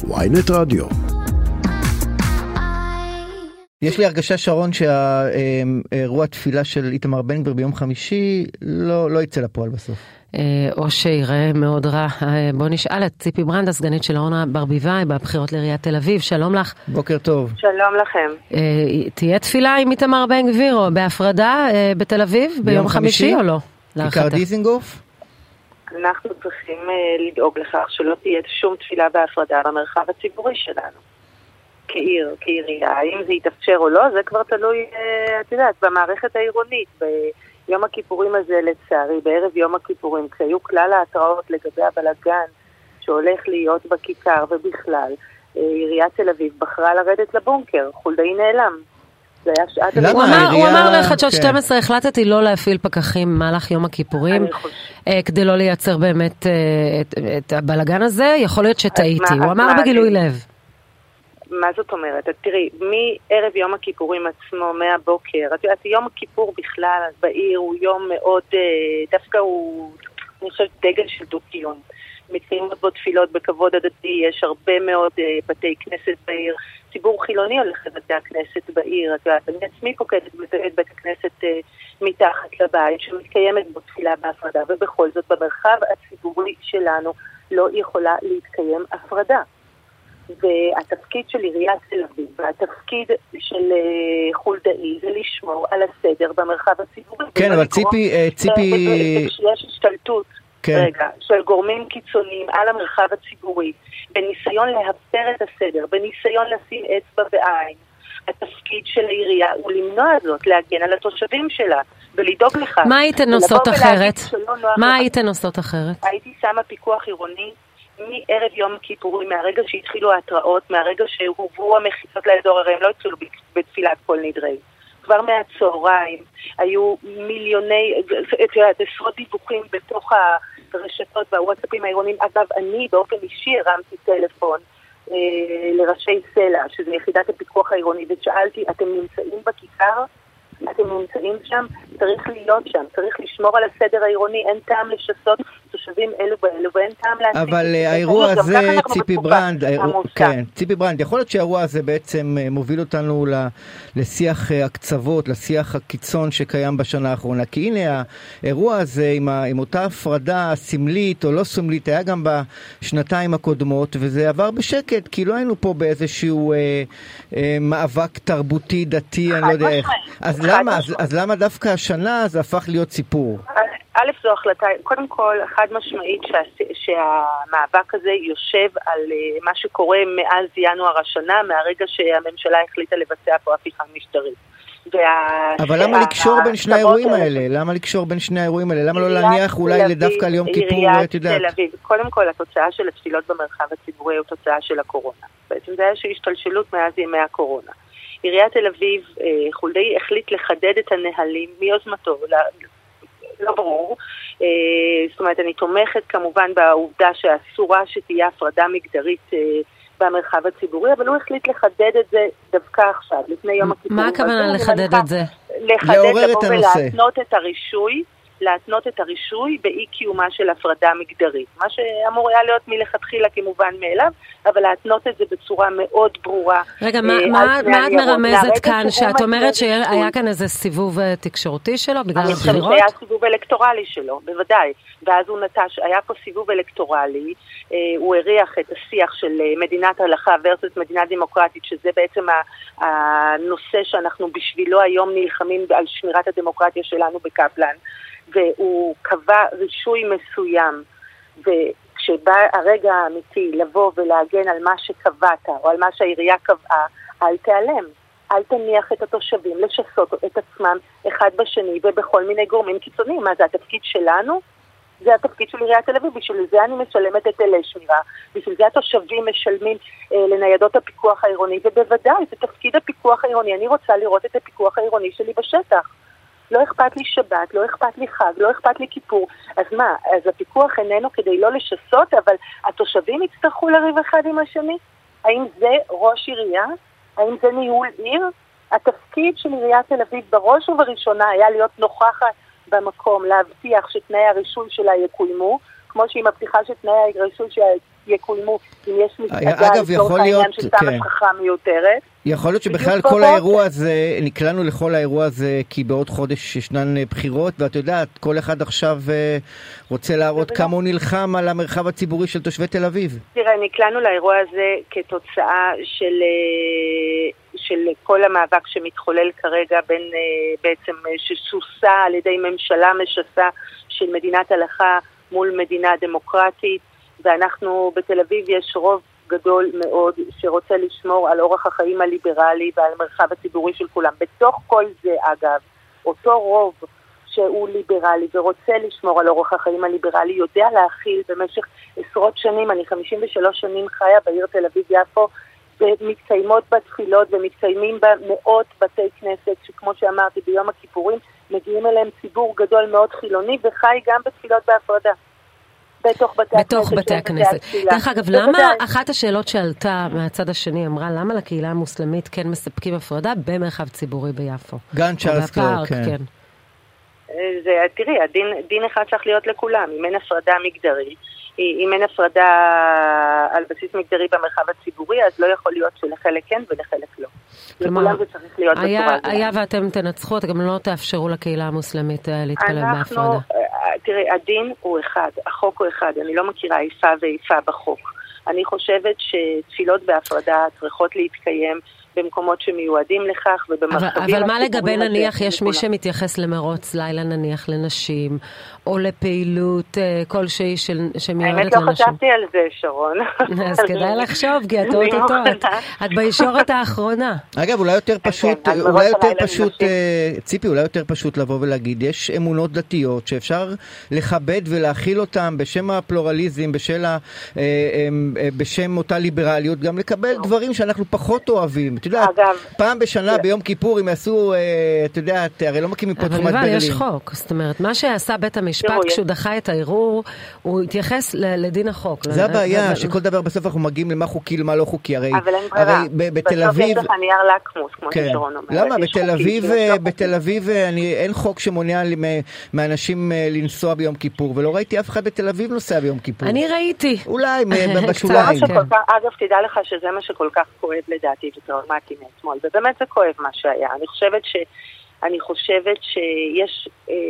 ynet רדיו. יש לי הרגשה, שרון, שהאירוע תפילה של איתמר בן גביר ביום חמישי לא יצא לפועל בסוף. או שיראה מאוד רע. בוא נשאל את ציפי ברנד, הסגנית של אורנה ברביבאי בבחירות לעיריית תל אביב. שלום לך. בוקר טוב. שלום לכם. תהיה תפילה עם איתמר בן גביר או בהפרדה בתל אביב ביום חמישי או לא? כיכר דיזינגוף? אנחנו צריכים לדאוג לכך שלא תהיה שום תפילה בהפרדה במרחב הציבורי שלנו. כעירייה. האם זה יתאפשר או לא, זה כבר תלוי, את יודעת, במערכת העירונית. ביום הכיפורים הזה, לצערי, בערב יום הכיפורים, כשהיו כלל ההתראות לגבי הבלגן שהולך להיות בכיכר ובכלל, עיריית תל אביב בחרה לרדת לבונקר, חולדאי נעלם. זה היה שעת... הוא אמר לחדשות 12, החלטתי לא להפעיל פקחים במהלך יום הכיפורים, כדי לא לייצר באמת את הבלגן הזה. יכול להיות שטעיתי. הוא אמר בגילוי לב. מה זאת אומרת? תראי, מערב יום הכיפורים עצמו, מהבוקר, את יודעת, יום הכיפור בכלל בעיר הוא יום מאוד, דווקא הוא, אני חושבת, דגל של דו-קיום. מתקיימות בו תפילות בכבוד הדדי, יש הרבה מאוד בתי כנסת בעיר, ציבור חילוני הולך לבתי הכנסת בעיר, את יודעת, אני עצמי פוקדת בית הכנסת מתחת לבית, שמתקיימת בו תפילה בהפרדה, ובכל זאת במרחב הציבורי שלנו לא יכולה להתקיים הפרדה. והתפקיד של עיריית תל אביב והתפקיד של חולדאי זה לשמור על הסדר במרחב הציבורי. כן, אבל ציפי... כשיש השתלטות של גורמים קיצוניים על המרחב הציבורי, בניסיון להפר את הסדר, בניסיון לשים אצבע בעין, התפקיד של העירייה הוא למנוע זאת, להגן על התושבים שלה ולדאוג לך. מה הייתן עושות אחרת? מה הייתן עושות אחרת? הייתי שמה פיקוח עירוני מערב יום כיפורים, מהרגע שהתחילו ההתראות, מהרגע שהובאו המחיצות לאזור, הרי הם לא התחילו בתפילת כל נדרי. כבר מהצהריים היו מיליוני, עשרות דיווחים בתוך הרשתות והוואטסאפים העירוניים. אגב, אני באופן אישי הרמתי טלפון לראשי סלע, שזה יחידת הפיקוח העירוני, ושאלתי, אתם נמצאים בכיכר? אתם נמצאים שם? צריך להיות שם, צריך לשמור על הסדר העירוני, אין טעם לשסות תושבים אלו באלו, ואין טעם להציג. אבל האירוע הזה, ציפי ברנד, יכול להיות שהאירוע הזה בעצם מוביל אותנו לשיח הקצוות, לשיח הקיצון שקיים בשנה האחרונה, כי הנה האירוע הזה עם אותה הפרדה סמלית או לא סמלית, היה גם בשנתיים הקודמות, וזה עבר בשקט, כי לא היינו פה באיזשהו מאבק תרבותי, דתי, אני לא יודע איך. אז למה דווקא השנה זה הפך להיות סיפור? א', זו החלטה, קודם כל, חד משמעית שהמאבק הזה יושב על מה שקורה מאז ינואר השנה, מהרגע שהממשלה החליטה לבצע פה הפיכה משטרית. אבל למה לקשור בין שני האירועים האלה? למה לא להניח אולי לדווקא ליום כיפור, את יודעת? קודם כל, התוצאה של התפילות במרחב הציבורי הוא תוצאה של הקורונה. בעצם זה היה שהשתלשלות מאז ימי הקורונה. עיריית תל אביב, חולדאי החליט לחדד את הנהלים מיוזמתו, לא ברור. זאת אומרת, אני תומכת כמובן בעובדה שאסורה שתהיה הפרדה מגדרית במרחב הציבורי, אבל הוא החליט לחדד את זה דווקא עכשיו, לפני יום הכיפורים. מה הכוונה לחדד את זה? לעורר את הנושא. להתנות את הרישוי באי קיומה של הפרדה מגדרית. מה שאמור היה להיות מלכתחילה כמובן מאליו, אבל להתנות את זה בצורה מאוד ברורה. רגע, מה את מרמזת כאן, שאת אומרת שהיה כאן איזה סיבוב תקשורתי שלו בגלל הבחירות? אני חושבת שהיה סיבוב אלקטורלי שלו, בוודאי. ואז הוא נטש, היה פה סיבוב אלקטורלי, הוא הריח את השיח של מדינת הלכה versus מדינה דמוקרטית, שזה בעצם הנושא שאנחנו בשבילו היום נלחמים על שמירת הדמוקרטיה שלנו בקפלן. והוא קבע רישוי מסוים, וכשבא הרגע האמיתי לבוא ולהגן על מה שקבעת, או על מה שהעירייה קבעה, אל תיעלם, אל תניח את התושבים לשסות את עצמם אחד בשני ובכל מיני גורמים קיצוניים. מה זה התפקיד שלנו? זה התפקיד של עיריית תל אביב, בשביל זה אני משלמת את אלי שמירה, בשביל זה התושבים משלמים לניידות הפיקוח העירוני, ובוודאי זה תפקיד הפיקוח העירוני, אני רוצה לראות את הפיקוח העירוני שלי בשטח. לא אכפת לי שבת, לא אכפת לי חג, לא אכפת לי כיפור. אז מה? אז הפיקוח איננו כדי לא לשסות, אבל התושבים יצטרכו לריב אחד עם השני? האם זה ראש עירייה? האם זה ניהול עיר? התפקיד של עיריית תל אביב בראש ובראשונה היה להיות נוכחת במקום, להבטיח שתנאי הרישוי שלה יקוימו, כמו שהיא מבטיחה שתנאי הרישוי יקוימו, אם יש מסעדה, אגב, יכול להיות, ששם השכחה מיותרת. יכול להיות שבכלל כל האירוע הזה, נקלענו לכל האירוע הזה, כי בעוד חודש ישנן בחירות, ואת יודעת, כל אחד עכשיו רוצה להראות כמה הוא נלחם על המרחב הציבורי של תושבי תל אביב. תראה, נקלענו לאירוע הזה כתוצאה של כל המאבק שמתחולל כרגע בין בעצם שסוסה על ידי ממשלה משסה של מדינת הלכה מול מדינה דמוקרטית, ואנחנו בתל אביב יש רוב גדול מאוד שרוצה לשמור על אורח החיים הליברלי ועל המרחב הציבורי של כולם. בתוך כל זה, אגב, אותו רוב שהוא ליברלי ורוצה לשמור על אורח החיים הליברלי יודע להכיל במשך עשרות שנים, אני 53 שנים חיה בעיר תל אביב-יפו, ומתקיימות בתפילות ומתקיימים בה מאות בתי כנסת שכמו שאמרתי ביום הכיפורים מגיעים אליהם ציבור גדול מאוד חילוני וחי גם בתפילות בהפרדה. בתוך בתי הכנסת. דרך אגב, למה אחת השאלות שעלתה מהצד השני אמרה, למה לקהילה המוסלמית כן מספקים הפרדה במרחב ציבורי ביפו? גן צ'ארלס קלר, כן. תראי, הדין אחד צריך להיות לכולם, אם אין הפרדה מגדרית, אם אין הפרדה על בסיס מגדרי במרחב הציבורי, אז לא יכול להיות שלחלק כן ולחלק לא. לכולם זה צריך להיות בצורה. היה ואתם תנצחו, אתם גם לא תאפשרו לקהילה המוסלמית להתפלל בהפרדה. תראי, הדין הוא אחד, החוק הוא אחד, אני לא מכירה איפה ואיפה בחוק. אני חושבת שתפילות בהפרדה צריכות להתקיים במקומות שמיועדים לכך ובמרחבים. אבל מה לגבי נניח יש מי שמתייחס למרוץ לילה נניח לנשים, או לפעילות כלשהי שמיועדת לנשים? האמת לא חשבתי על זה, שרון. אז כדאי לחשוב, כי את את בישורת האחרונה. אגב, אולי יותר פשוט, ציפי, אולי יותר פשוט לבוא ולהגיד, יש אמונות דתיות שאפשר לכבד ולהכיל אותם בשם הפלורליזם, בשם אותה ליברליות, גם לקבל דברים שאנחנו פחות אוהבים. את יודעת, פעם בשנה ביום כיפור הם יעשו, את יודעת, הרי לא מקימים פה תחומת בגלים. אבל יש חוק, זאת אומרת, מה שעשה בית המשפט כשהוא דחה את הערעור, הוא התייחס לדין החוק. זה הבעיה, שכל דבר בסוף אנחנו מגיעים למה חוקי, למה לא חוקי, הרי בתל אביב... בסוף יש לך נייר לקמוס, כמו ששרון אומר. למה? בתל אביב אין חוק שמונע מאנשים לנסוע ביום כיפור, ולא ראיתי אף אחד בתל אביב נוסע ביום כיפור. אני ראיתי. אולי בשוליים. אגב, תדע לך שזה מה שכל כך כואב לדעתי וטראומטי מאתמול, ובאמת זה כואב מה שהיה. אני חושבת שיש,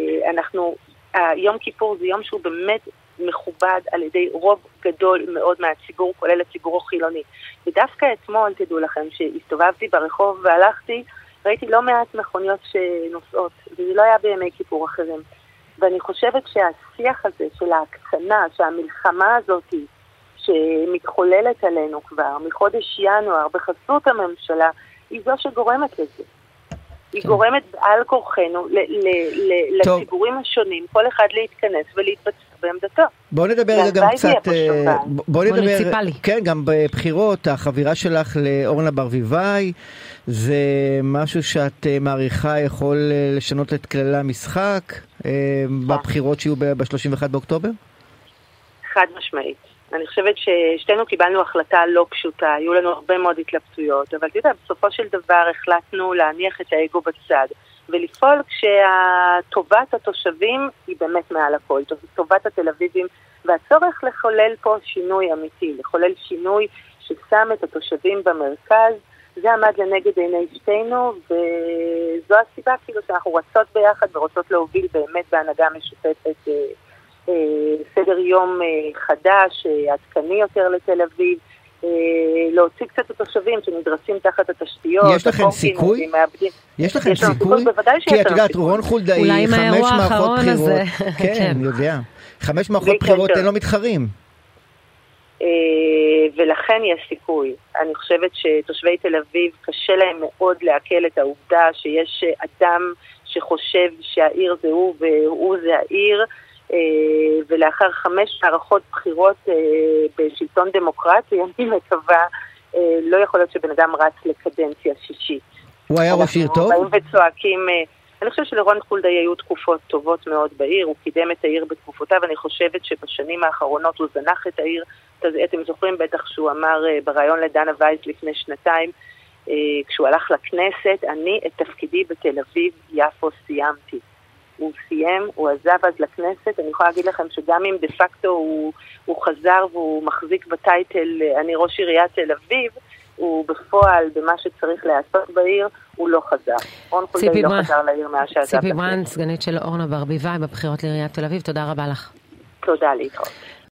יום כיפור זה יום שהוא באמת מכובד על ידי רוב גדול מאוד מהציבור, כולל הציבור החילוני. ודווקא אתמול, תדעו לכם, שהסתובבתי ברחוב והלכתי, ראיתי לא מעט מכוניות שנוסעות, וזה לא היה בימי כיפור אחרים. ואני חושבת שהשיח הזה של ההקצנה, שהמלחמה הזאת שמתחוללת עלינו כבר מחודש ינואר בחסות הממשלה, היא זו שגורמת לזה. היא גורמת על כורחנו לציבורים השונים, כל אחד להתכנס ולהתבצע בעמדתו. בואו נדבר גם קצת, בואו נדבר, כן, גם בבחירות, החבירה שלך לאורנה ברביבאי, זה משהו שאת מעריכה יכול לשנות את כללי המשחק בבחירות שיהיו ב-31 באוקטובר? חד משמעית. אני חושבת ששתינו קיבלנו החלטה לא פשוטה, היו לנו הרבה מאוד התלבטויות, אבל תדע, בסופו של דבר החלטנו להניח את האגו בצד, ולפעול כשטובת התושבים היא באמת מעל הכל, טובת התל אביבים, והצורך לחולל פה שינוי אמיתי, לחולל שינוי ששם את התושבים במרכז, זה עמד לנגד עיני שתינו, וזו הסיבה כאילו שאנחנו רצות ביחד ורוצות להוביל באמת בהנהגה משותפת סדר יום חדש, עדכני יותר לתל אביב, להוציא קצת את התושבים שנדרסים תחת התשתיות. יש לכם סיכוי? יש לכם סיכוי? בוודאי שיש לנו סיכוי. כי את יודעת, רון חולדאי, 5 מערכות בחירות. כן, אני יודע. 5 מערכות בחירות אין לו מתחרים. ולכן יש סיכוי. אני חושבת שתושבי תל אביב קשה להם מאוד לעכל את העובדה שיש אדם שחושב שהעיר זה הוא והוא זה העיר, ולאחר 5 מערכות בחירות בשלטון דמוקרטי, אני מקווה, לא יכול להיות שבן אדם רץ לקדנציה שישית. הוא היה ראש עיר טוב? אנחנו באים וצועקים, אני חושבת שלרון חולדאי היו תקופות טובות מאוד בעיר, הוא קידם את העיר בתקופותיו, ואני חושבת שבשנים האחרונות הוא זנח את העיר. אתם זוכרים בטח שהוא אמר ברעיון לדנה וייס לפני 2 כשהוא הלך לכנסת, אני את תפקידי בתל אביב יפו סיימתי. הוא סיים, הוא עזב אז לכנסת. אני יכולה להגיד לכם שגם אם דה פקטו הוא חזר והוא מחזיק בטייטל אני ראש עיריית תל אביב, הוא בפועל במה שצריך לעשות בעיר, הוא לא חזר. רון חולדאי לא חזר לעיר מאז שעזב. ציפי ברנד, סגנית של אורנה ברביבאי בבחירות לעיריית תל אביב, תודה רבה לך. תודה, להתראות.